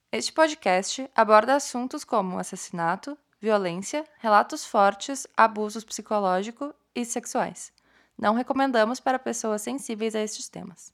Este podcast aborda assuntos como assassinato, violência, relatos fortes, abusos psicológicos e sexuais. Não recomendamos para pessoas sensíveis a estes temas.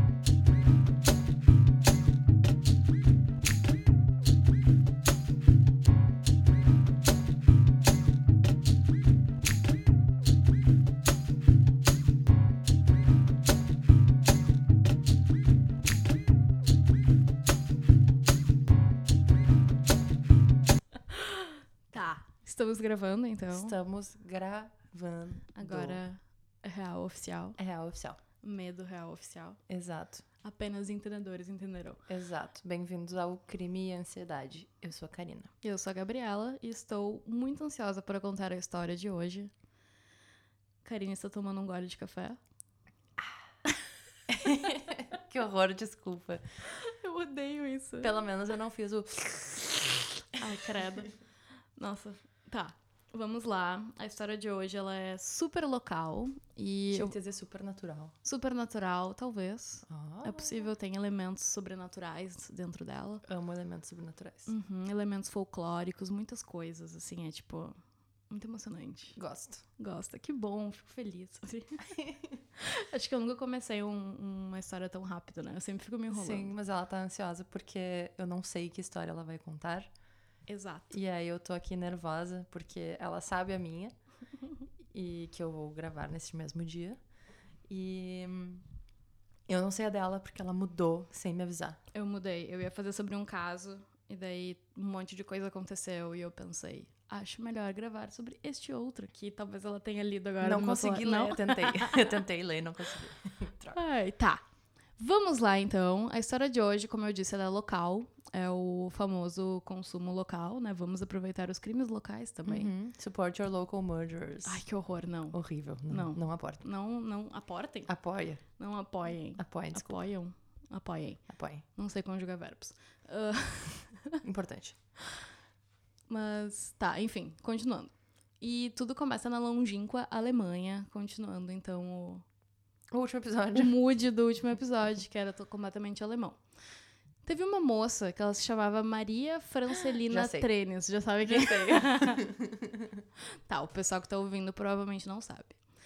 Tá, estamos gravando então. Estamos gravando. Agora é real oficial. É real oficial. Medo real oficial. Exato, Apenas entendedores entenderão. exato. Bem-vindos ao Crime e Ansiedade. Eu sou a Karina. Eu sou a Gabriela e estou muito ansiosa para contar a história de hoje. Karina está tomando um gole de café. Que horror, desculpa. Eu odeio isso. Pelo menos eu não fiz o... Ai, credo. Nossa, tá. Vamos lá. A história de hoje, ela é super local e Tinha que dizer supernatural. super natural, talvez. Ah, É possível, tem elementos sobrenaturais dentro dela. amo elementos sobrenaturais. Elementos folclóricos, muitas coisas, assim, é tipo, muito emocionante. Gosto. Gosta, que bom, fico feliz. Acho que eu nunca comecei uma história tão rápido, né? Eu sempre fico me enrolando. Sim, mas ela tá ansiosa porque eu não sei que história ela vai contar. Exato. E aí eu tô aqui nervosa porque ela sabe a minha e que eu vou gravar nesse mesmo dia. E eu não sei a dela porque ela mudou sem me avisar. Eu mudei, eu ia fazer sobre um caso, e daí um monte de coisa aconteceu, e eu pensei, acho melhor gravar sobre este outro, que talvez ela tenha lido agora Não no meu consegui celular. ler, Não? eu tentei. Eu tentei ler, não consegui. Droga. Ai, tá. Vamos lá, então. A história de hoje, como eu disse, ela é local. É o famoso consumo local, né? Vamos aproveitar os crimes locais também. Uhum. Support your local murderers. Ai, que horror, não. Horrível. Não. Não aporta. Não aportem. Apoia. Não apoiem. Apoia, desculpa. Apoiam. Apoiem. Apoia. Não sei conjugar verbos. Importante. Mas, tá, enfim, continuando. E tudo começa na longínqua Alemanha, continuando, então, O último o episódio. mood do último episódio, que era completamente alemão. Teve uma moça que ela se chamava Maria Francelina Já sei. Trenes. Já sabe quem? Tá, o pessoal que tá ouvindo provavelmente não sabe.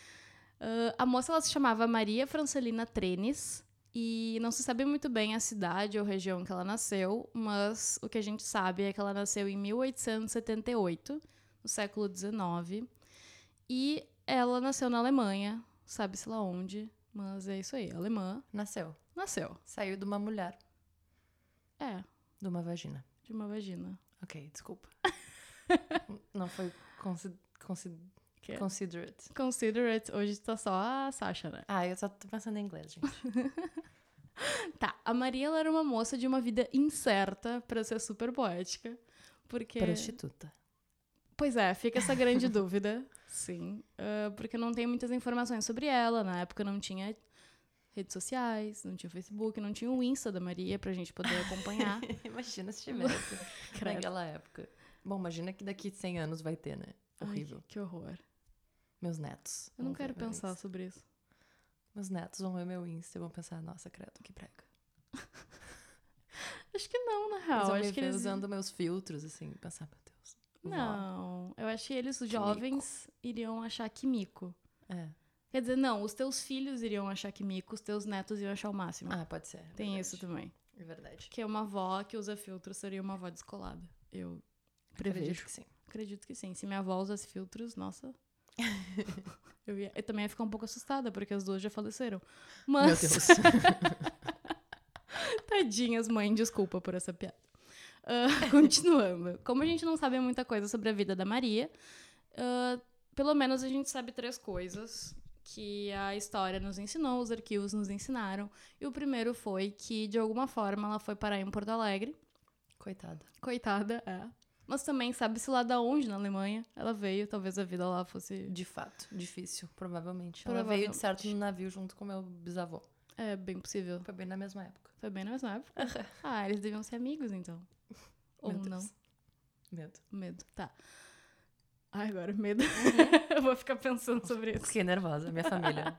A moça ela se chamava Maria Francelina Trenes e não se sabe muito bem a cidade ou região que ela nasceu, mas o que a gente sabe é que ela nasceu em 1878, no século XIX, e ela nasceu na Alemanha, sabe-se lá onde, mas é isso aí, alemã, Nasceu. nasceu. Saiu de uma mulher. É, De uma vagina. de uma vagina. Ok, desculpa. Não foi Que é? considerate. Consider it. Hoje tá só a Sasha, né? Ah, eu só tô pensando em inglês, gente. Tá, a Maria ela era uma moça de uma vida incerta, pra ser super poética, porque... Prostituta. Pois é, fica essa grande dúvida, sim, porque não tem muitas informações sobre ela. Na época não tinha redes sociais, não tinha Facebook, não tinha o Insta da Maria pra gente poder acompanhar. Imagina se tivesse Credo. naquela época. Bom, imagina que daqui 100 anos vai ter, né? Horrível. Ai, que horror. Meus netos. Eu não vão ver quero meu pensar Insta. sobre isso. Meus netos vão ver meu Insta e vão pensar, nossa, credo, que brega. Acho que não, na Eles real. vão Acho me que ver eles... usando meus filtros, assim, e pensar, meu Deus. vó. Não, eu acho que eles, os jovens, iriam achar que mico. É. Quer dizer, não, os teus filhos iriam achar que mico, os teus netos iam achar o máximo. Ah, pode ser. Tem verdade. isso também. É verdade. Que uma avó que usa filtro seria uma avó descolada. Eu Acredito prevejo. que sim. Acredito que sim. Se minha avó usasse filtros, nossa. Eu também ia ficar um pouco assustada, porque as duas já faleceram. Mas. Meu Deus. Tadinhas, mãe, desculpa por essa piada. Continuando. Como a gente não sabe muita coisa sobre a vida da Maria, pelo menos a gente sabe 3 coisas que a história nos ensinou, os arquivos nos ensinaram. E o primeiro foi que, de alguma forma, ela foi parar em Porto Alegre. Coitada. Coitada, é. Mas também sabe-se lá da onde, na Alemanha, ela veio. Talvez a vida lá fosse... De fato, difícil, provavelmente. Ela veio de certo no navio junto com meu bisavô. É bem possível. Foi bem na mesma época. Foi bem na mesma época. Ah, eles deviam ser amigos, então. Ou Meu não. Deus. Medo. Medo, tá. Ai, agora medo. Eu vou ficar pensando sobre isso. Fiquei nervosa, minha família.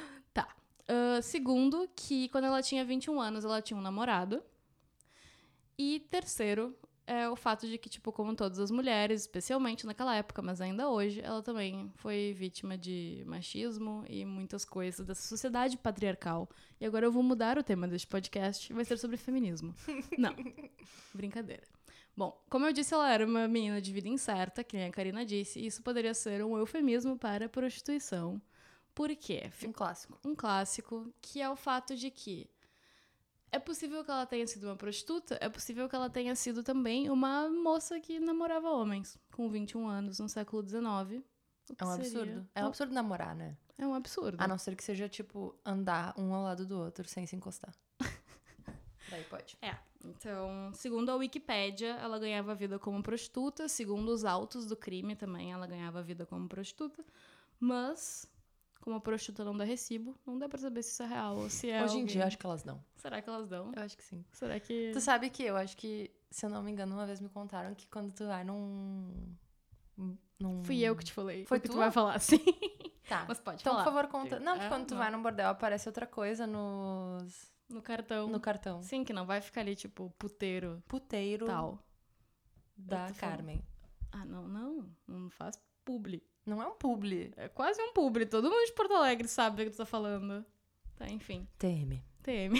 Segundo, que quando ela tinha 21 anos, ela tinha um namorado. E terceiro é o fato de que, tipo, como todas as mulheres, especialmente naquela época, mas ainda hoje, ela também foi vítima de machismo e muitas coisas dessa sociedade patriarcal. E agora eu vou mudar o tema deste podcast e vai ser sobre feminismo. Não, brincadeira. Bom, como eu disse, ela era uma menina de vida incerta, que nem a Karina disse, e isso poderia ser um eufemismo para prostituição. Por quê? Um clássico. Um clássico, que é o fato de que é possível que ela tenha sido uma prostituta, é possível que ela tenha sido também uma moça que namorava homens com 21 anos no século XIX. É um absurdo. É um absurdo namorar, né? É um absurdo. A não ser que seja, tipo, andar um ao lado do outro sem se encostar. Daí pode. Então, segundo a Wikipédia, ela ganhava vida como prostituta. Segundo os autos do crime também, ela ganhava vida como prostituta. Mas, como a prostituta não dá recibo, não dá pra saber se isso é real ou se é Hoje em alguém. dia, eu acho que elas dão. Será que elas dão? Eu acho que sim. Será que... Tu sabe que eu acho que, se eu não me engano, uma vez me contaram que quando tu vai num... Fui eu que te falei. Foi o que tu? tu vai falar, sim. Tá. Mas pode Então, falar. por favor, conta. Não, que É, quando tu não. vai num bordel, aparece outra coisa No cartão. no cartão. Sim, que não vai ficar ali, tipo, puteiro Puteiro tal. da Eu tô falando. Carmen. Ah, não faz publi. Não é um publi. É quase um publi. Todo mundo de Porto Alegre sabe o que tu tá falando. Tá, enfim. TM. TM.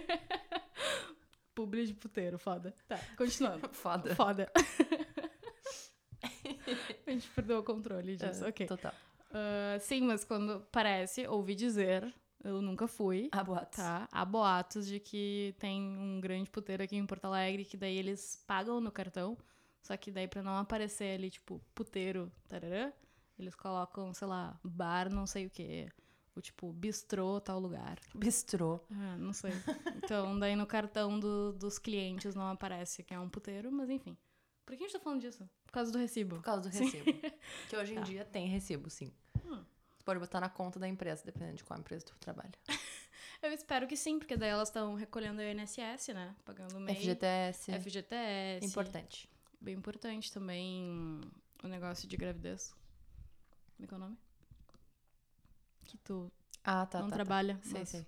Publi de puteiro, foda. Tá, continuando. Foda. Foda. A gente perdeu o controle disso, ok. Total. Sim, mas quando parece, ouvi dizer, eu nunca fui, Há boatos. tá? Há boatos de que tem um grande puteiro aqui em Porto Alegre, que daí eles pagam no cartão, só que daí pra não aparecer ali, tipo, puteiro, tarará, eles colocam, sei lá, bar não sei o quê, ou tipo, bistrô tal lugar. Bistrô. Não sei. Então, daí no cartão dos clientes não aparece que é um puteiro, mas enfim. Por que a gente tá falando disso? Por causa do recibo. Por causa do Sim. recibo. Que hoje em Tá. dia tem recibo, sim. Tu pode botar na conta da empresa, dependendo de qual empresa tu trabalha. Eu espero que sim, porque daí elas estão recolhendo o INSS, né? Pagando o MEI. FGTS. FGTS. Importante. Bem importante também o negócio de gravidez. Como é que é o nome? Que tu Ah, tá, não tá. trabalha. Sei, mas- sei.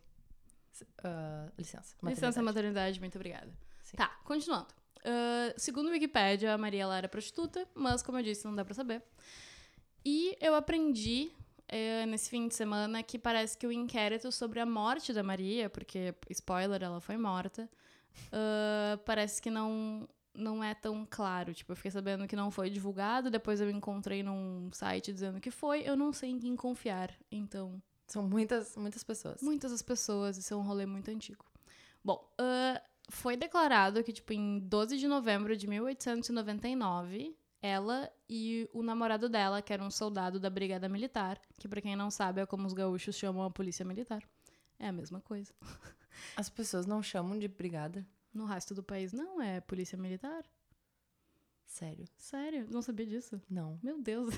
Licença. Licença maternidade, muito obrigada. Sim. Tá, continuando. Segundo o Wikipédia, a Maria ela era prostituta, mas como eu disse, não dá pra saber. E eu aprendi nesse fim de semana que parece que o inquérito sobre a morte da Maria, porque, spoiler, ela foi morta, parece que não é tão claro. Tipo, eu fiquei sabendo que não foi divulgado, depois eu encontrei num site dizendo que foi, eu não sei em quem confiar. Então, São muitas, muitas pessoas. muitas as pessoas, isso é um rolê muito antigo. Bom, foi declarado que, tipo, em 12 de novembro de 1899, ela e o namorado dela, que era um soldado da Brigada Militar, que pra quem não sabe é como os gaúchos chamam a polícia militar. É a mesma coisa. As pessoas não chamam de brigada. No resto do país não é polícia militar. Sério. Sério, não sabia disso. Não. Meu Deus.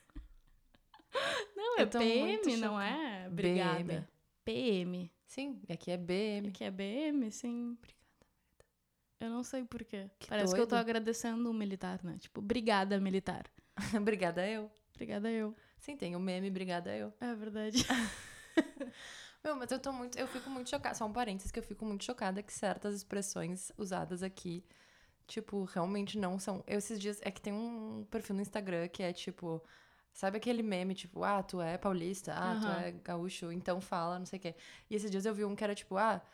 Não, é Eu tô muito PM, não chocada. é brigada. PM. Sim, aqui é BM. Que é BM, sim. Eu não sei por quê. Que Parece que eu tô doido. agradecendo um militar, né? Tipo, brigada militar. Brigada eu. Obrigada eu. Sim, tem o meme Brigada eu. É verdade. Meu, mas eu fico muito chocada. Só um parênteses que eu fico muito chocada que certas expressões usadas aqui, tipo, realmente não são. Esses dias, é que tem um perfil no Instagram que é tipo, sabe aquele meme, tipo, tu é paulista, tu Aham. é gaúcho, então fala, não sei o quê. E esses dias eu vi um que era tipo,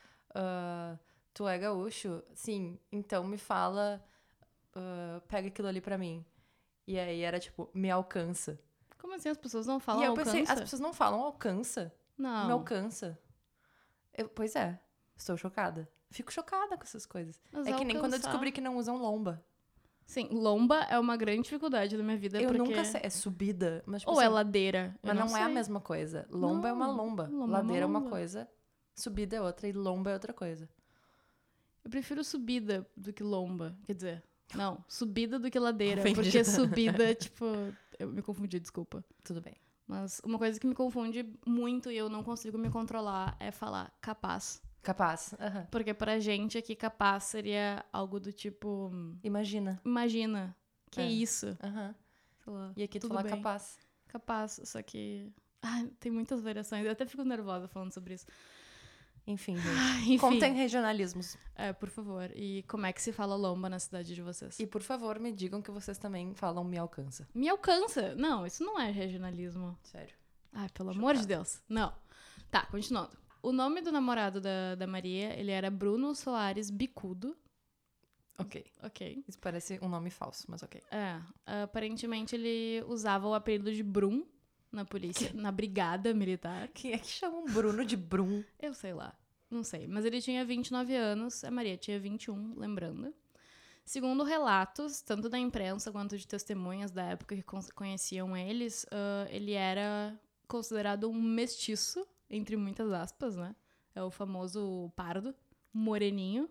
tu é gaúcho? Sim, então me fala, pega aquilo ali pra mim. E aí era tipo, me alcança. Como assim as pessoas não falam E eu alcança? pensei, as pessoas não falam alcança? Não. Me alcança. Pois é, estou chocada. Fico chocada com essas coisas. Mas É que nem quando eu alcançar- descobri que não usam lomba. Sim, lomba é uma grande dificuldade da minha vida, Eu porque... nunca sei. É subida. Mas, tipo, Ou é assim, ladeira. Eu mas não é a sei. mesma coisa. Lomba é uma Não, lomba. lomba é uma Ladeira é uma lomba. coisa. Subida é outra. E lomba é outra coisa. Eu prefiro subida do que lomba. Quer dizer, não, subida do que ladeira. Ofendida. Porque subida, tipo... Eu me confundi, desculpa. Tudo bem. Mas uma coisa que me confunde muito e eu não consigo me controlar é falar capaz. Capaz. Aham. Porque pra gente aqui, capaz seria algo do tipo... Imagina. Imagina, que É. isso? Aham. Sei lá, E aqui tu tudo fala bem. capaz. Capaz, só que... Ai, tem muitas variações. Eu até fico nervosa falando sobre isso. Enfim, gente. Enfim. Contem regionalismos. Por favor. E como é que se fala lomba na cidade de vocês? E, por favor, me digam que vocês também falam me alcança. Me alcança. Não, isso não é regionalismo. Sério. Ai, pelo amor de Deus. Não. Tá, continuando. O nome do namorado da Maria, ele era Bruno Soares Bicudo. Ok. Isso parece um nome falso, mas ok. Aparentemente ele usava o apelido de Brum na polícia, na brigada militar. Quem é que chama um Bruno de Brum? Eu sei lá, não sei. Mas ele tinha 29 anos, a Maria tinha 21, lembrando. Segundo relatos, tanto da imprensa quanto de testemunhas da época que conheciam eles, ele era considerado um mestiço, entre muitas aspas, né? É o famoso pardo, moreninho.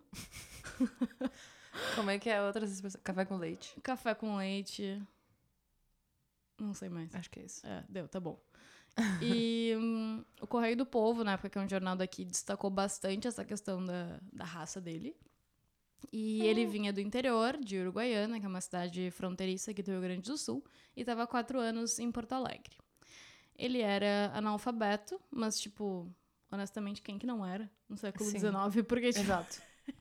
Como é que é outra expressão? Café com leite. Café com leite. Não sei mais. Acho que é isso. Deu, tá bom. E o Correio do Povo, na época que é um jornal daqui, destacou bastante essa questão da raça dele. E ele vinha do interior, de Uruguaiana, que é uma cidade fronteiriça aqui do Rio Grande do Sul, e estava há 4 anos em Porto Alegre. Ele era analfabeto, mas, tipo, honestamente, quem que não era no século XIX? Porque, tipo... Exato.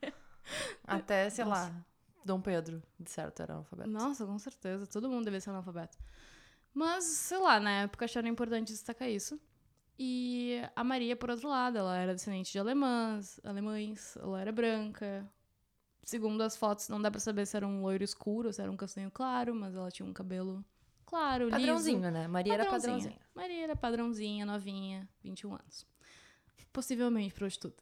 Até, sei lá, Dom Pedro, de certo, era analfabeto. Nossa, com certeza. Todo mundo devia ser analfabeto. Mas, sei lá, na época acharam importante destacar isso. E a Maria, por outro lado, ela era descendente de alemães, ela era branca. Segundo as fotos, não dá pra saber se era um loiro escuro, se era um castanho claro, mas ela tinha um cabelo claro, padrãozinho, liso. né? Maria era padrãozinha. Maria era padrãozinha, novinha, 21 anos. Possivelmente prostituta.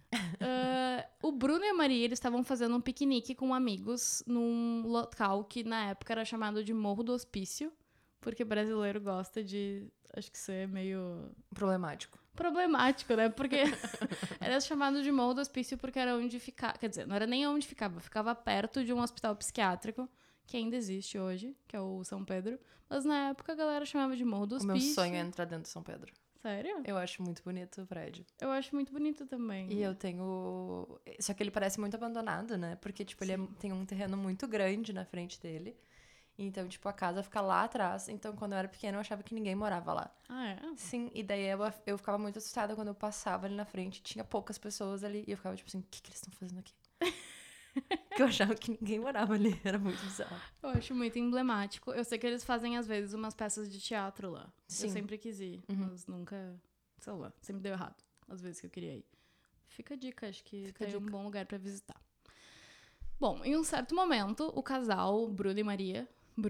O Bruno e a Maria, eles estavam fazendo um piquenique com amigos num local que na época era chamado de Morro do Hospício, porque brasileiro gosta de, acho que ser meio... Problemático, né? Porque era chamado de Morro do Hospício porque era onde ficava... Quer dizer, não era nem onde ficava perto de um hospital psiquiátrico, que ainda existe hoje, que é o São Pedro. Mas na época a galera chamava de Morro do Hospício. O meu sonho é entrar dentro do São Pedro. Sério? Eu acho muito bonito o prédio. Eu acho muito bonito também. E eu tenho... Só que ele parece muito abandonado, né? Porque, tipo, ele tem um terreno muito grande na frente dele. Então, tipo, a casa fica lá atrás. Então, quando eu era pequena, eu achava que ninguém morava lá. Ah, é? Sim, e daí eu ficava muito assustada quando eu passava ali na frente. Tinha poucas pessoas ali. E eu ficava, tipo assim, o que eles estão fazendo aqui? Porque eu achava que ninguém morava ali. Era muito bizarro. Eu acho muito emblemático. Eu sei que eles fazem, às vezes, umas peças de teatro lá. Sim. Eu sempre quis ir, mas nunca... Sei lá, sempre deu errado. Às vezes que eu queria ir. Fica a dica, acho que é um bom lugar pra visitar. Bom, em um certo momento, o casal, Bruno e Maria,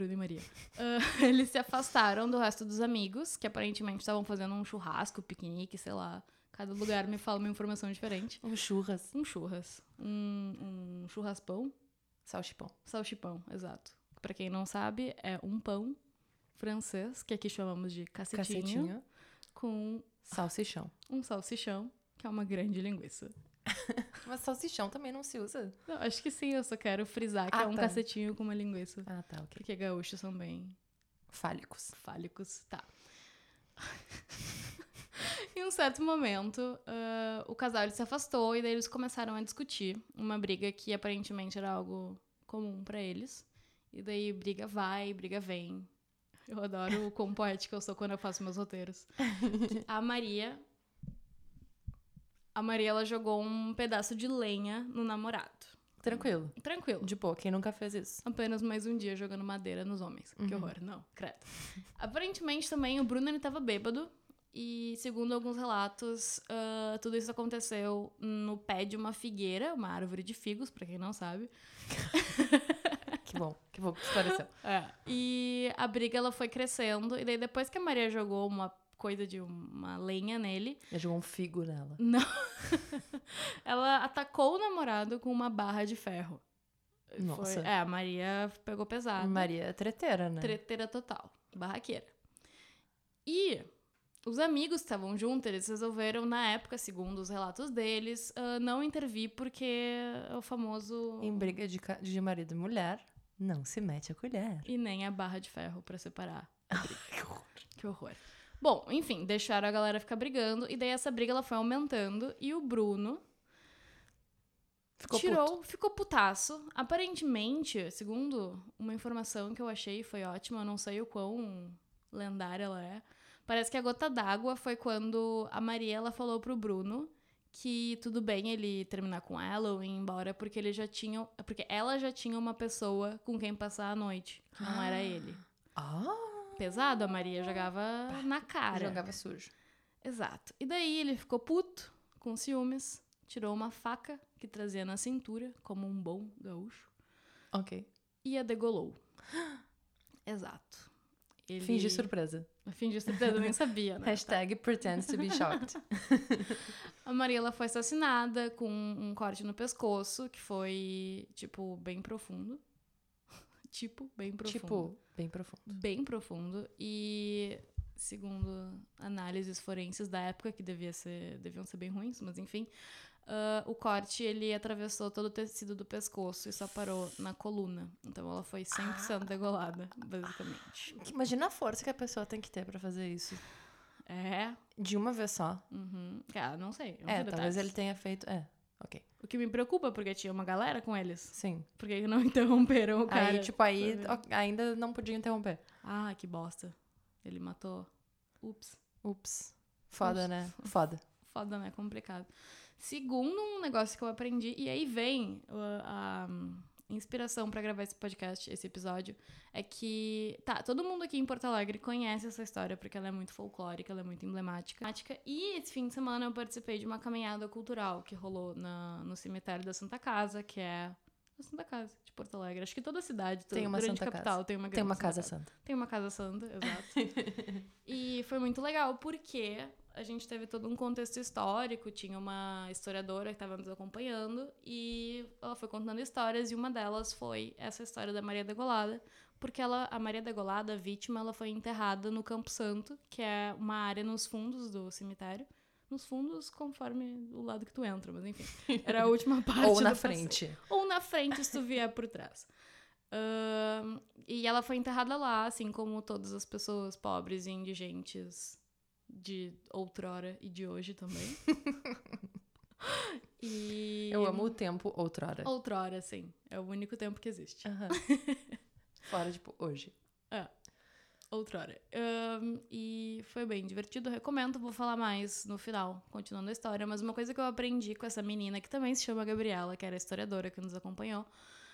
eles se afastaram do resto dos amigos, que aparentemente estavam fazendo um churrasco, piquenique, sei lá. Cada lugar me fala uma informação diferente. Um churras. Um churraspão. Salchipão, exato. Pra quem não sabe, é um pão francês, que aqui chamamos de cacetinho. Com salsichão. Um salsichão, que é uma grande linguiça. Mas salsichão também não se usa? Não, acho que sim, eu só quero frisar que é um cacetinho com uma linguiça. Ah, tá, ok. Porque gaúchos são bem... Fálicos, tá. Em um certo momento, o casal ele se afastou e daí eles começaram a discutir uma briga que aparentemente era algo comum pra eles. E daí briga vai, briga vem. Eu adoro o quão poética eu sou quando eu faço meus roteiros. A Maria, ela jogou um pedaço de lenha no namorado. Tranquilo. De boa, quem nunca fez isso? Apenas mais um dia jogando madeira nos homens. Que horror, não, credo. Aparentemente também o Bruno ele tava bêbado. E segundo alguns relatos, tudo isso aconteceu no pé de uma figueira, uma árvore de figos, pra quem não sabe. Que bom que esclareceu. E a briga ela foi crescendo. E daí depois que a Maria jogou uma coisa de uma lenha nele... Ela jogou um figo nela. Não. Ela atacou o namorado com uma barra de ferro. Nossa. A Maria pegou pesado. Maria é treteira, né? Treteira total. Barraqueira. E... os amigos que estavam juntos, eles resolveram, na época, segundo os relatos deles, não intervir porque é o famoso... Em briga de marido e mulher, não se mete a colher. E nem a barra de ferro pra separar. Que horror. Bom, enfim, deixaram a galera ficar brigando. E daí essa briga ela foi aumentando. E o Bruno ficou putaço. Aparentemente, segundo uma informação que eu achei, foi ótima. Eu não sei o quão lendária ela é. Parece que a gota d'água foi quando a Maria ela falou pro Bruno que tudo bem ele terminar com ela ou ir embora, porque ela já tinha uma pessoa com quem passar a noite, que não era ele. Pesado, a Maria jogava na cara. Jogava sujo. Exato. E daí ele ficou puto, com ciúmes, tirou uma faca que trazia na cintura, como um bom gaúcho, Ok. e a degolou. Exato. Ele... Fingi surpresa. Fingi surpresa, eu nem sabia, né? Hashtag pretends to be shocked. A Maria, ela foi assassinada com um corte no pescoço, que foi, tipo, bem profundo. Bem profundo. Bem profundo. E, segundo análises forenses da época, que deviam ser bem ruins, mas enfim, o corte, ele atravessou todo o tecido do pescoço e só parou na coluna. Então ela foi 100% degolada, basicamente. Imagina a força que a pessoa tem que ter pra fazer isso. É. De uma vez só. Cara, não sei. Não sei Talvez detalhes. ele tenha feito... ok. O que me preocupa, porque tinha uma galera com eles. Sim. Por que não interromperam o cara? Aí, ainda não podia interromper. Ah, que bosta. Ele matou. Ups. Foda, né? Foda. Foda, né? Complicado. Segundo um negócio que eu aprendi, e aí vem a inspiração pra gravar esse podcast, esse episódio, é que, todo mundo aqui em Porto Alegre conhece essa história, porque ela é muito folclórica, ela é muito emblemática. E esse fim de semana eu participei de uma caminhada cultural que rolou no cemitério da Santa Casa, que é a Santa Casa de Porto Alegre. Acho que toda cidade, tem uma grande Santa capital, Casa. tem uma Tem uma Casa santa. Tem uma Casa Santa, exato. E foi muito legal, porque a gente teve todo um contexto histórico, tinha uma historiadora que estava nos acompanhando e ela foi contando histórias e uma delas foi essa história da Maria Degolada, porque a Maria Degolada, a vítima, ela foi enterrada no Campo Santo, que é uma área nos fundos do cemitério. Nos fundos, conforme o lado que tu entra, mas enfim. Era a última parte Ou na frente. Ou na frente, se tu vier por trás. E ela foi enterrada lá, assim como todas as pessoas pobres e indigentes de outrora e de hoje também. Eu amo o tempo outrora. Outrora, sim. É o único tempo que existe. Fora, tipo, hoje. Outrora. E foi bem divertido, eu recomendo, vou falar mais no final, continuando a história, mas uma coisa que eu aprendi com essa menina, que também se chama Gabriela, que era a historiadora que nos acompanhou,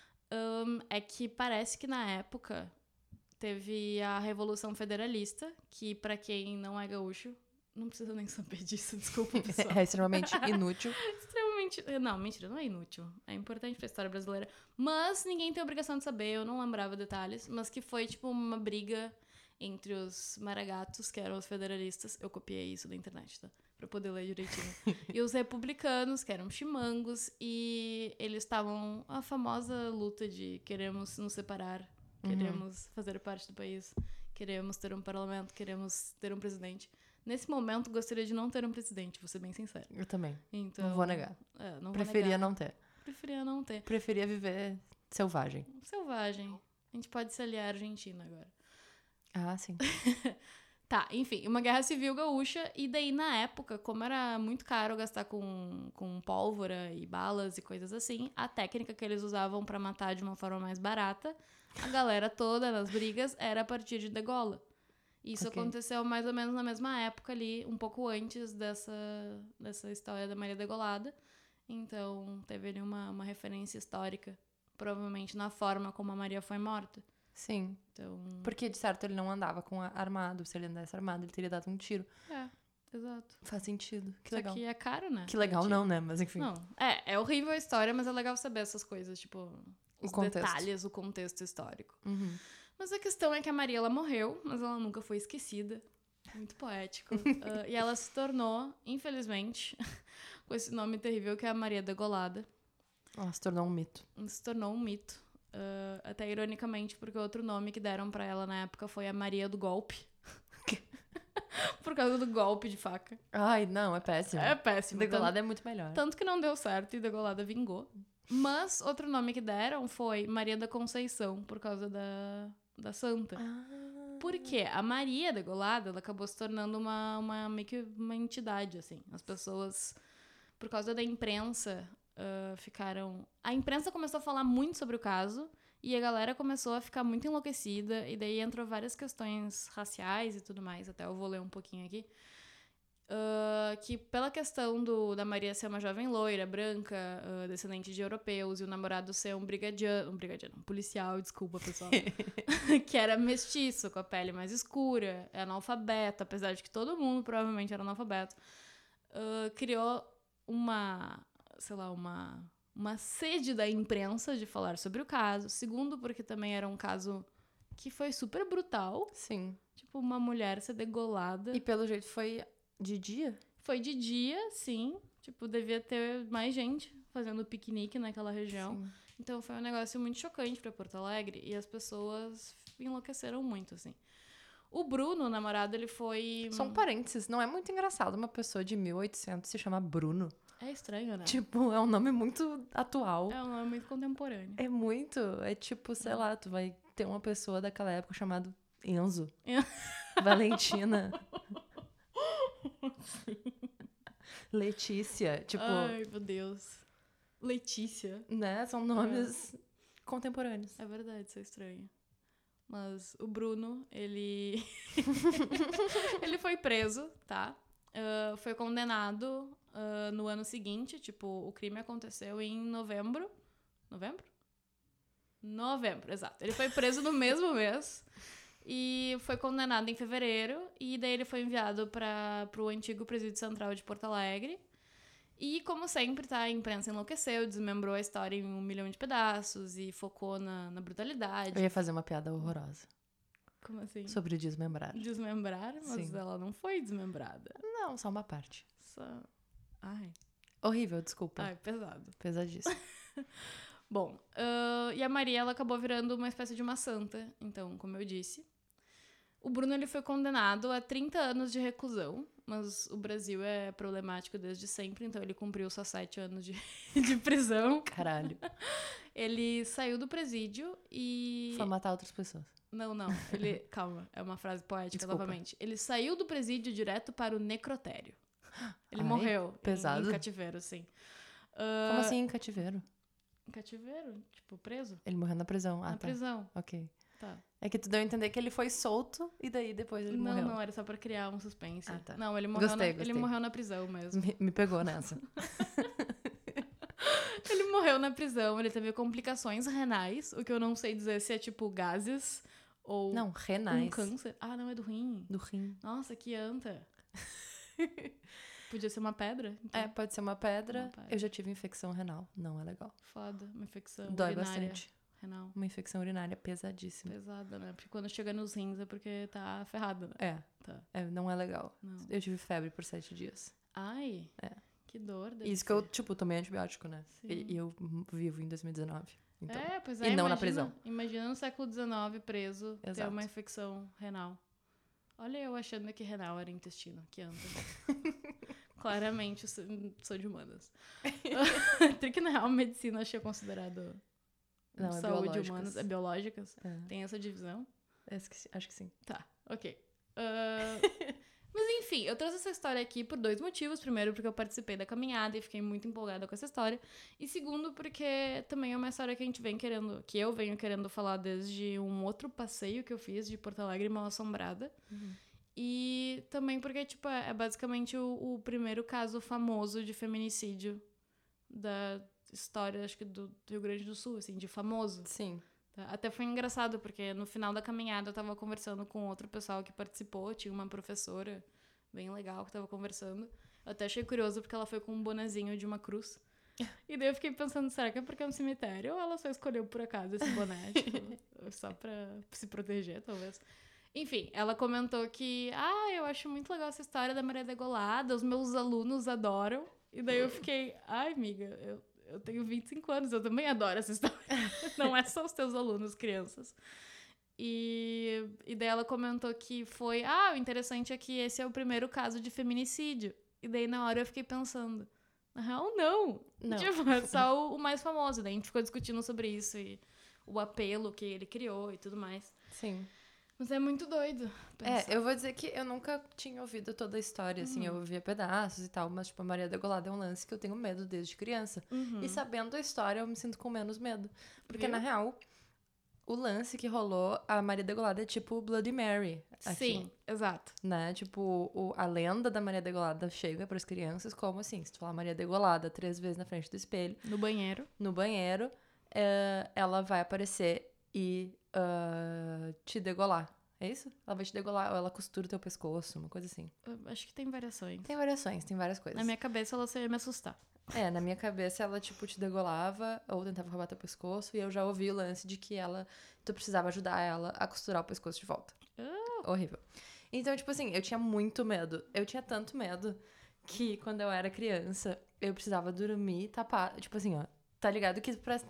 é que parece que na época teve a Revolução Federalista, que pra quem não é gaúcho, não precisa nem saber disso, desculpa, pessoal. É extremamente inútil. Não, mentira, não é inútil. É importante pra história brasileira. Mas ninguém tem obrigação de saber, eu não lembrava detalhes, mas que foi tipo uma briga entre os maragatos, que eram os federalistas, eu copiei isso da internet, tá? Pra poder ler direitinho. E os republicanos, que eram chimangos, e eles estavam a famosa luta de queremos nos separar, queremos fazer parte do país, queremos ter um parlamento, queremos ter um presidente. Nesse momento, gostaria de não ter um presidente, vou ser bem sincera. Eu também. Então, não vou negar. Preferia não ter. Preferia não ter. Preferia viver selvagem. Selvagem. A gente pode se aliar à Argentina agora. Ah, sim. Tá, enfim, uma guerra civil gaúcha, e daí na época, como era muito caro gastar com pólvora e balas e coisas assim, a técnica que eles usavam pra matar de uma forma mais barata, a galera toda nas brigas era a partir de degola. Isso aconteceu mais ou menos na mesma época ali, um pouco antes dessa história da Maria Degolada. Então, teve ali uma referência histórica, provavelmente na forma como a Maria foi morta. Sim. Então... Porque, de certo, ele não andava armado. Se ele andasse armado, ele teria dado um tiro. Exato. Faz sentido. Que Só legal. que é caro, né? Que legal não, né? Mas enfim. Não, é horrível a história, mas é legal saber essas coisas, tipo... Os detalhes, o contexto histórico. Mas a questão é que a Maria, ela morreu, mas ela nunca foi esquecida. Muito poético. E ela se tornou, infelizmente, com esse nome terrível que é a Maria Degolada. Ela se tornou um mito. Se tornou um mito. Até ironicamente, porque outro nome que deram pra ela na época foi a Maria do Golpe. Por causa do golpe de faca. Ai, não, é péssimo. É péssimo. Degolada é muito melhor. Tanto que não deu certo e Degolada vingou. Mas outro nome que deram foi Maria da Conceição, por causa da santa. Por quê? A Maria Degolada, ela acabou se tornando meio que uma entidade, assim. As pessoas, por causa da imprensa, ficaram... A imprensa começou a falar muito sobre o caso e a galera começou a ficar muito enlouquecida, e daí entrou várias questões raciais e tudo mais, até eu vou ler um pouquinho aqui. Que pela questão da Maria ser uma jovem loira, branca, descendente de europeus, e o namorado ser um policial, desculpa, pessoal, que era mestiço, com a pele mais escura, é analfabeto, apesar de que todo mundo provavelmente era analfabeto, criou uma sede da imprensa de falar sobre o caso. Segundo, porque também era um caso que foi super brutal. Sim. Tipo, uma mulher ser degolada. E pelo jeito foi de dia? Foi de dia, sim. Tipo, devia ter mais gente fazendo piquenique naquela região. Sim. Então foi um negócio muito chocante pra Porto Alegre. E as pessoas enlouqueceram muito, assim. O Bruno, o namorado, ele foi... Só um parênteses, não é muito engraçado uma pessoa de 1800 se chamar Bruno? É estranho, né? Tipo, é um nome muito atual. É um nome muito contemporâneo. É muito. É tipo, sei lá, tu vai ter uma pessoa daquela época chamada Enzo. Valentina. Letícia. Tipo. Ai, meu Deus. Letícia. Né? São nomes contemporâneos. É verdade, isso é estranho. Mas o Bruno, ele. Ele foi preso, tá? Foi condenado no ano seguinte. Tipo, o crime aconteceu em novembro. Novembro? Novembro, exato. Ele foi preso no mesmo mês. E foi condenado em fevereiro. E daí ele foi enviado para o antigo presídio central de Porto Alegre. E, como sempre, tá, a imprensa enlouqueceu, desmembrou a história em 1 milhão de pedaços e focou na brutalidade. Eu ia fazer uma piada horrorosa. Como assim? Sobre desmembrar. Desmembrar? Mas Sim. ela não foi desmembrada. Não, só uma parte. Só... Ai. Horrível, desculpa. Ai, pesado. Pesadíssimo. Bom, e a Maria, ela acabou virando uma espécie de uma santa. Então, como eu disse, o Bruno, ele foi condenado a 30 anos de reclusão. Mas o Brasil é problemático desde sempre, então ele cumpriu só 7 anos de prisão. Caralho. Ele saiu do presídio e... Foi matar outras pessoas. Não. Ele... Calma, é uma frase poética, Desculpa. novamente. Ele saiu do presídio direto para o necrotério. Ele Ai, morreu pesado. em cativeiro, sim. Como assim em cativeiro? Em cativeiro? Tipo, preso? Ele morreu na prisão. Ah, Na tá. prisão. Ok. Tá. É que tu deu a entender que ele foi solto e daí depois ele morreu. Não, era só pra criar um suspense. Ah, tá. Não, ele morreu, Gostei. ele morreu na prisão mesmo. Me pegou nessa. Ele morreu na prisão, ele teve complicações renais, o que eu não sei dizer se é tipo gases ou Não, renais. um câncer. Ah, não, é do rim. Do rim. Nossa, que anta. Podia ser uma pedra? Então. É, pode ser uma pedra. Uma pedra. Eu já tive infecção renal. Não é legal. Foda, uma infecção Dói urinária. bastante. Renal. Uma infecção urinária pesadíssima. Pesada, né? Porque quando chega nos rins é porque tá ferrada, né? Tá. Tá. Não é legal. Não. Eu tive febre por 7 dias. Ai, É. que dor. Deve Isso que eu, ser. tipo, tomei antibiótico, né? Sim. E eu vivo em 2019. Então. Pois é. E não na imagina- prisão. Imagina no século XIX preso ter Exato. uma infecção renal. Olha eu achando que renal era intestino. Que anta. Claramente sou de humanas. Porque na real medicina achei considerado Não, é saúde biológicas. humanas. É biológicas? É. Tem essa divisão? Acho que sim. Tá, ok. Mas enfim, eu trouxe essa história aqui por 2 motivos. Primeiro, porque eu participei da caminhada e fiquei muito empolgada com essa história. E segundo, porque também é uma história que eu venho querendo falar desde um outro passeio que eu fiz de Porto Alegre Mal Assombrada. Uhum. E também porque, tipo, é basicamente o primeiro caso famoso de feminicídio da história, acho que do Rio Grande do Sul, assim, de famoso. Sim. Tá? Até foi engraçado, porque no final da caminhada eu tava conversando com outro pessoal que participou, tinha uma professora bem legal que tava conversando. Eu até achei curioso porque ela foi com um bonezinho de uma cruz. E daí eu fiquei pensando, será que é porque é um cemitério ou ela só escolheu por acaso esse boné, tipo, só pra se proteger, talvez. Enfim, ela comentou que, eu acho muito legal essa história da Maria Degolada, os meus alunos adoram. E daí eu fiquei, amiga, eu tenho 25 anos, eu também adoro essa história. Não é só os teus alunos, crianças. E daí ela comentou que foi, o interessante é que esse é o primeiro caso de feminicídio. E daí na hora eu fiquei pensando, na real, não. Tipo, é só o mais famoso. Daí a gente ficou discutindo sobre isso e o apelo que ele criou e tudo mais. Sim. Mas é muito doido pensar. Eu vou dizer que eu nunca tinha ouvido toda a história, assim, eu ouvia pedaços e tal, mas, tipo, a Maria Degolada é um lance que eu tenho medo desde criança. E sabendo a história, eu me sinto com menos medo. Porque, Viu? na real, o lance que rolou, a Maria Degolada é tipo Bloody Mary aqui. Sim, exato. Né? Tipo, a lenda da Maria Degolada chega para as crianças como assim, se tu falar Maria Degolada 3 vezes na frente do espelho, no banheiro, ela vai aparecer e te degolar. É isso? Ela vai te degolar, ou ela costura o teu pescoço, uma coisa assim. Eu acho que tem variações. Tem variações, tem várias coisas. Na minha cabeça, ela só ia me assustar. Na minha cabeça ela, tipo, te degolava ou tentava roubar teu pescoço, e eu já ouvi o lance de que tu precisava ajudar ela a costurar o pescoço de volta. Horrível. Então, tipo assim, eu tinha muito medo. Eu tinha tanto medo que quando eu era criança, eu precisava dormir tapada. Tipo assim, ó, tá ligado que pra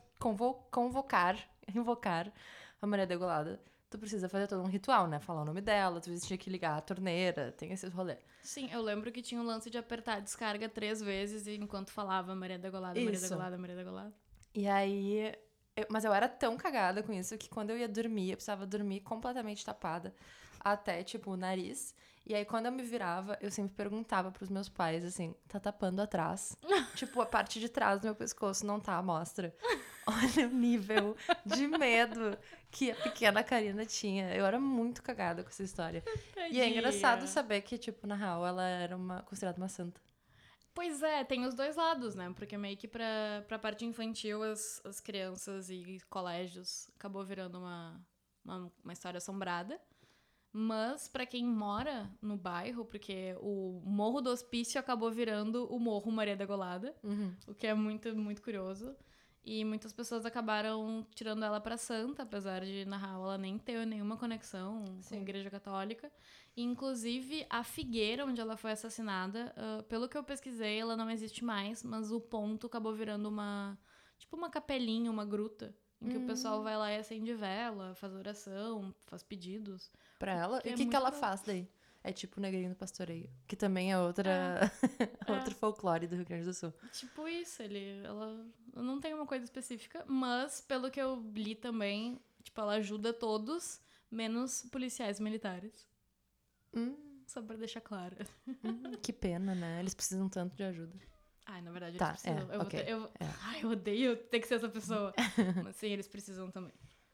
invocar a Maria Degolada, tu precisa fazer todo um ritual, né? Falar o nome dela, tu tinha que ligar a torneira, tem esse rolê. Sim, eu lembro que tinha um lance de apertar a descarga 3 vezes enquanto falava Maria Degolada, Maria Degolada, Maria Degolada. E aí... Mas eu era tão cagada com isso que quando eu ia dormir, eu precisava dormir completamente tapada até, tipo, o nariz. E aí, quando eu me virava, eu sempre perguntava pros meus pais, assim, tá tapando atrás? Tipo, a parte de trás do meu pescoço não tá à mostra. Olha o nível de medo que a pequena Karina tinha. Eu era muito cagada com essa história. Tadinha. E é engraçado saber que, tipo, na real, ela era considerada uma santa. Pois é, tem os dois lados, né? Porque meio que pra parte infantil, as crianças e colégios acabou virando uma história assombrada. Mas pra quem mora no bairro, porque o Morro do Hospício acabou virando o Morro Maria Degolada, o que é muito, muito curioso. E muitas pessoas acabaram tirando ela pra santa, apesar de, na real, ela nem ter nenhuma conexão com a Igreja Católica. E, inclusive, a figueira onde ela foi assassinada, pelo que eu pesquisei, ela não existe mais, mas o ponto acabou virando uma capelinha, uma gruta, em que o pessoal vai lá e acende vela, faz oração, faz pedidos. Pra ela? E o que ela faz daí? É tipo o Negrinho do Pastoreio, que também é outro folclore do Rio Grande do Sul. Tipo isso, ela não tem uma coisa específica, mas pelo que eu li também, tipo, ela ajuda todos, menos policiais militares. Só pra deixar claro. Que pena, né? Eles precisam tanto de ajuda. Ai, na verdade, eles precisam. Ai, eu odeio ter que ser essa pessoa. Mas sim, eles precisam também.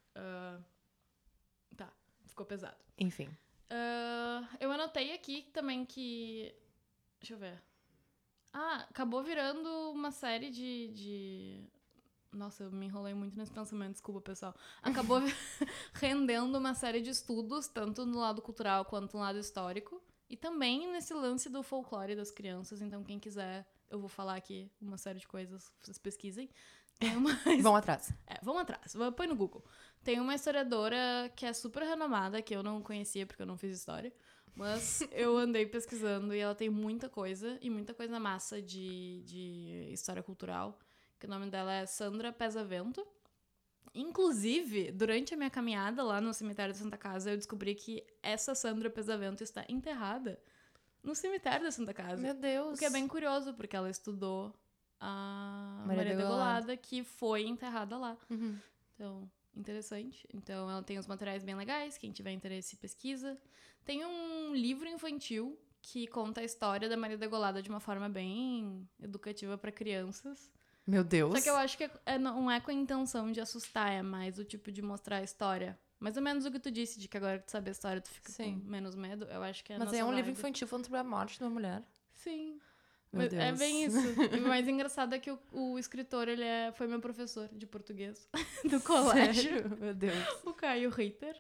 Tá, ficou pesado. Enfim. Eu anotei aqui também que... Deixa eu ver. Acabou virando uma série de... Nossa, eu me enrolei muito nesse pensamento, desculpa, pessoal. Acabou rendendo uma série de estudos, tanto no lado cultural quanto no lado histórico. E também nesse lance do folclore das crianças. Então, quem quiser, eu vou falar aqui uma série de coisas, vocês pesquisem. Vão atrás. Vão atrás, põe no Google. Tem uma historiadora que é super renomada, que eu não conhecia porque eu não fiz história. Mas eu andei pesquisando e ela tem muita coisa, e muita coisa massa de história cultural. Que o nome dela é Sandra Pesavento. Inclusive, durante a minha caminhada lá no cemitério da Santa Casa, eu descobri que essa Sandra Pesavento está enterrada no cemitério da Santa Casa. Meu Deus! O que é bem curioso, porque ela estudou a Maria Degolada, que foi enterrada lá. Então, interessante. Então, ela tem uns materiais bem legais, quem tiver interesse, pesquisa. Tem um livro infantil que conta a história da Maria Degolada de uma forma bem educativa para crianças. Meu Deus! Só que eu acho que não é com a intenção de assustar, é mais o tipo de mostrar a história. Mais ou menos o que tu disse, de que agora que tu sabe a história, tu fica com menos medo. Eu acho que é. Mas é um livro infantil falando sobre a morte de uma mulher. Sim. Meu Deus. É bem isso. E o mais engraçado é que o escritor, foi meu professor de português do colégio. Sério? Meu Deus. O Caio Ritter.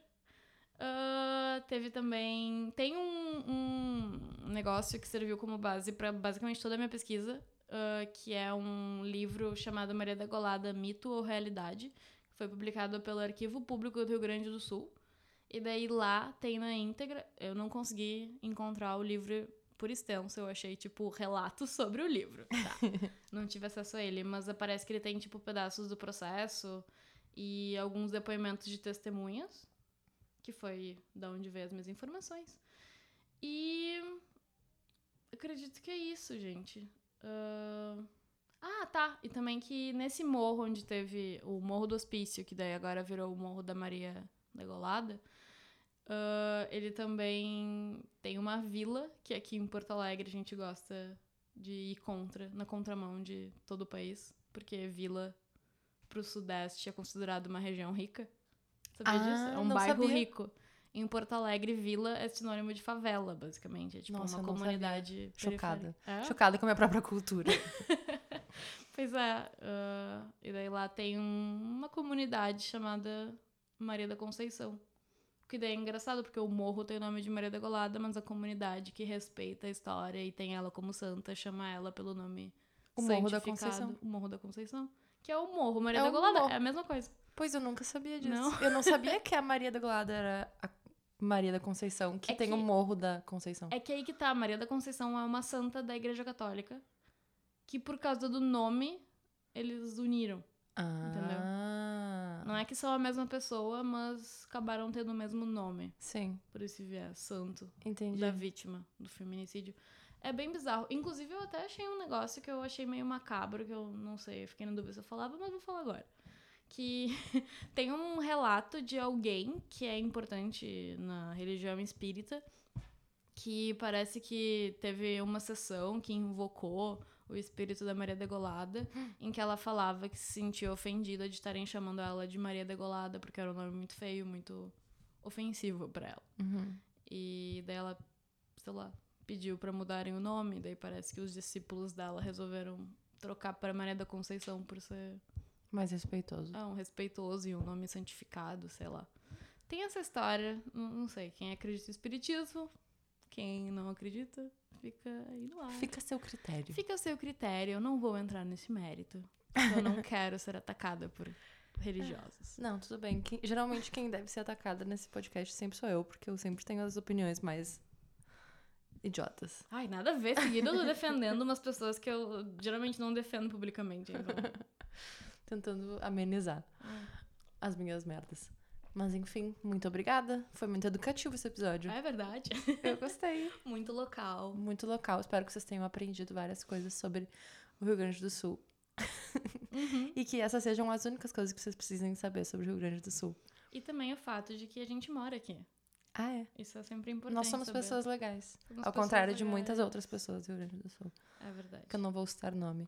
Teve também... Tem um negócio que serviu como base para basicamente toda a minha pesquisa, que é um livro chamado Maria Degolada, Mito ou Realidade, que foi publicado pelo Arquivo Público do Rio Grande do Sul. E daí lá tem na íntegra... Eu não consegui encontrar o livro por extenso, eu achei, tipo, relatos sobre o livro, tá? Não tive acesso a ele, mas parece que ele tem, tipo, pedaços do processo e alguns depoimentos de testemunhas, que foi da onde veio as minhas informações. E acredito que é isso, gente. Tá. E também que nesse morro onde teve o Morro do Hospício, que daí agora virou o Morro da Maria Degolada, ele também tem uma vila, que aqui em Porto Alegre a gente gosta de ir na contramão de todo o país, porque vila pro Sudeste é considerado uma região rica. Sabia disso? É um não bairro sabia. rico. Em Porto Alegre, vila é sinônimo de favela, basicamente. É tipo Nossa, uma eu não comunidade Chocada. periférica. É? Chocada com a minha própria cultura. Pois é. E daí lá tem uma comunidade chamada Maria da Conceição. Que daí é engraçado, porque o morro tem o nome de Maria da Golada, mas a comunidade que respeita a história e tem ela como santa chama ela pelo nome O Morro da santificado. Conceição. O Morro da Conceição. Que é o morro Maria É da um Golada. morro. É a mesma coisa. Pois eu nunca sabia disso. Não. Eu não sabia que a Maria da Golada era a Maria da Conceição, que É tem que- o Morro da Conceição. É que aí que tá, a Maria da Conceição é uma santa da Igreja Católica, que por causa do nome, eles uniram. Ah. Não é que são a mesma pessoa, mas acabaram tendo o mesmo nome, Sim, por esse viés, santo, entendi. da vítima do feminicídio. É bem bizarro. Inclusive, eu até achei um negócio que eu achei meio macabro, que eu não sei, eu fiquei na dúvida se eu falava, mas vou falar agora. Que tem um relato de alguém que é importante na religião espírita, que parece que teve uma sessão que invocou o espírito da Maria Degolada, em que ela falava que se sentia ofendida de estarem chamando ela de Maria Degolada, porque era um nome muito feio, muito ofensivo pra ela. Uhum. E daí ela, sei lá, pediu pra mudarem o nome, daí parece que os discípulos dela resolveram trocar para Maria da Conceição por ser Mais respeitoso. um respeitoso e um nome santificado, sei lá. Tem essa história, não sei, quem acredita no espiritismo, quem não acredita, fica aí no ar. Fica a seu critério. Fica a seu critério, eu não vou entrar nesse mérito. Eu não quero ser atacada por religiosos. Não, tudo bem. Geralmente quem deve ser atacada nesse podcast sempre sou eu, porque eu sempre tenho as opiniões mais idiotas. Ai, nada a ver, seguido eu tô defendendo umas pessoas que eu geralmente não defendo publicamente, então... Tentando amenizar as minhas merdas. Mas enfim, muito obrigada. Foi muito educativo esse episódio. É verdade. Eu gostei. Muito local. Muito local. Espero que vocês tenham aprendido várias coisas sobre o Rio Grande do Sul. Uhum. E que essas sejam as únicas coisas que vocês precisem saber sobre o Rio Grande do Sul. E também o fato de que a gente mora aqui. Ah, é? Isso é sempre importante. Nós somos saber. pessoas legais. Somos Ao pessoas contrário de legais. muitas outras pessoas do Rio Grande do Sul. É verdade. Que eu não vou citar nome.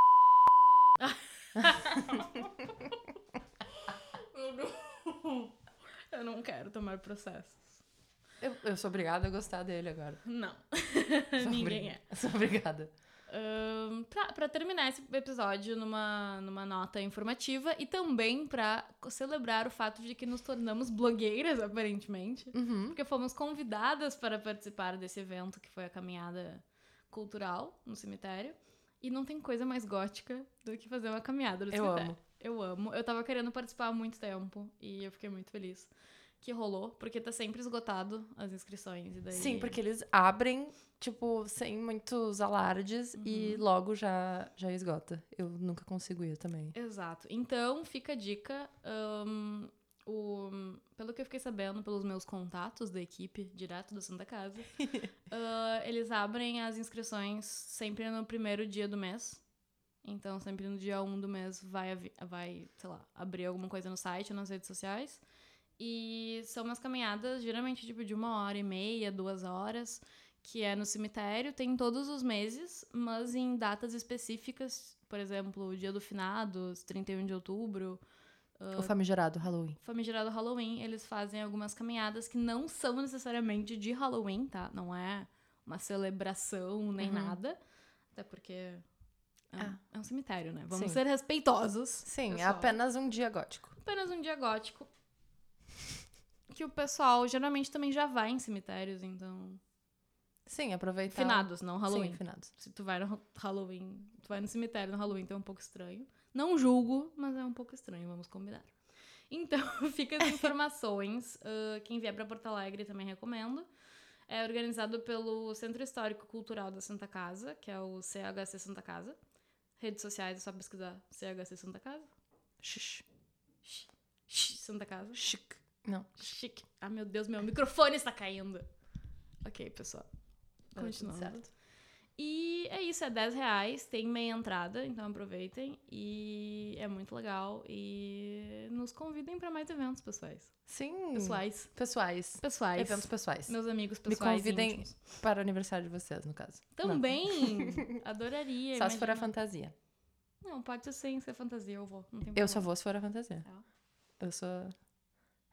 Eu não quero tomar processos. Eu sou obrigada a gostar dele agora. Não. Sou Ninguém é. Sou obrigada. Pra terminar esse episódio numa nota informativa e também pra celebrar o fato de que nos tornamos blogueiras, aparentemente. Uhum. Porque fomos convidadas para participar desse evento que foi a caminhada cultural no cemitério. E não tem coisa mais gótica do que fazer uma caminhada no cemitério. Eu amo. Eu tava querendo participar há muito tempo e eu fiquei muito feliz que rolou, porque tá sempre esgotado as inscrições. E daí... Sim, porque eles abrem, tipo, sem muitos alardes e logo já esgota. Eu nunca consigo ir também. Exato. Então, fica a dica. Pelo que eu fiquei sabendo, pelos meus contatos da equipe, direto da Santa Casa, eles abrem as inscrições sempre no primeiro dia do mês. Então, sempre no dia 1 do mês vai, sei lá, abrir alguma coisa no site ou nas redes sociais. E são umas caminhadas, geralmente, tipo, de 1h30, 2 horas, que é no cemitério. Tem todos os meses, mas em datas específicas. Por exemplo, o Dia do Finados, 31 de outubro. O famigerado Halloween. Famigerado Halloween, eles fazem algumas caminhadas que não são necessariamente de Halloween, tá? Não é uma celebração nem nada. Até porque é um cemitério, né? Vamos ser respeitosos. Sim, pessoal. é apenas um dia gótico. Apenas um dia gótico. Que o pessoal geralmente também já vai em cemitérios, então... Sim, aproveitar. Finados, não Halloween. Sim, finados. Se tu vai no Halloween, tu vai no cemitério no Halloween, então é um pouco estranho. Não julgo, mas é um pouco estranho, vamos combinar. Então, fica as informações. Quem vier pra Porto Alegre também recomendo. É organizado pelo Centro Histórico Cultural da Santa Casa, que é o CHC Santa Casa. Redes sociais é só pesquisar CHC Santa Casa. Shhh. Santa Casa. Chique. Não. Chique. Ah, meu Deus, meu microfone está caindo. Ok, pessoal. Continuando. Certo. E é isso, é R$10, tem meia entrada, então aproveitem. E é muito legal. E nos convidem para mais eventos pessoais. Sim. Pessoais. Eventos pessoais. Meus amigos Me pessoais. convidem íntimos. para o aniversário de vocês, no caso. Também! Adoraria. Só se for a imagina. fantasia. Não, pode ser sem ser fantasia, eu vou. Não tem Eu problema. só vou se for a fantasia. É. Eu sou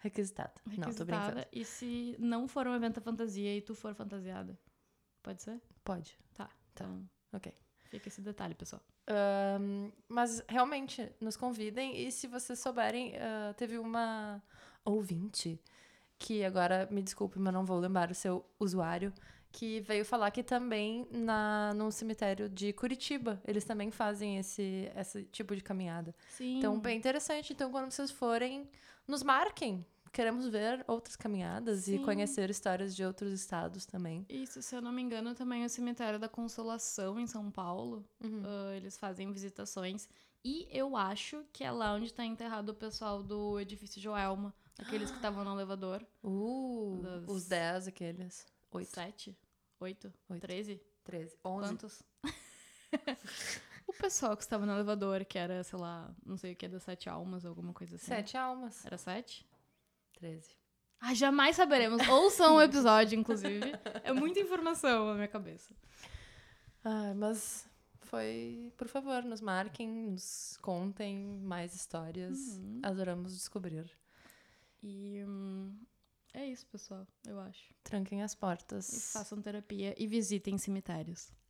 Requisitada. Não, tô brincando. Requisitada. E se não for um evento fantasia e tu for fantasiada? Pode ser? Pode. Tá. Então, Ok. fica esse detalhe, pessoal. Mas realmente, nos convidem. E se vocês souberem, teve uma ouvinte que agora, me desculpe, mas não vou lembrar o seu usuário, que veio falar que também no cemitério de Curitiba, eles também fazem esse tipo de caminhada. Sim. Então, bem interessante. Então, quando vocês forem, nos marquem. Queremos ver outras caminhadas e Sim. conhecer histórias de outros estados também. Isso, se eu não me engano, também o cemitério da Consolação, em São Paulo. Eles fazem visitações. E eu acho que é lá onde tá enterrado o pessoal do edifício Joelma. Aqueles que estavam no elevador. Os 10, aqueles. 8. 7? 8? 8. 13? 13. 11. Quantos? O pessoal que estava no elevador, que era, sei lá, não sei o que, das 7 almas, alguma coisa assim. 7 almas. Era 7? 13. Ah, jamais saberemos. Ouçam o episódio, inclusive. É muita informação na minha cabeça. Mas foi... Por favor, nos marquem, nos contem mais histórias. Adoramos descobrir. E é isso, pessoal, eu acho. Tranquem as portas. E façam terapia e visitem cemitérios.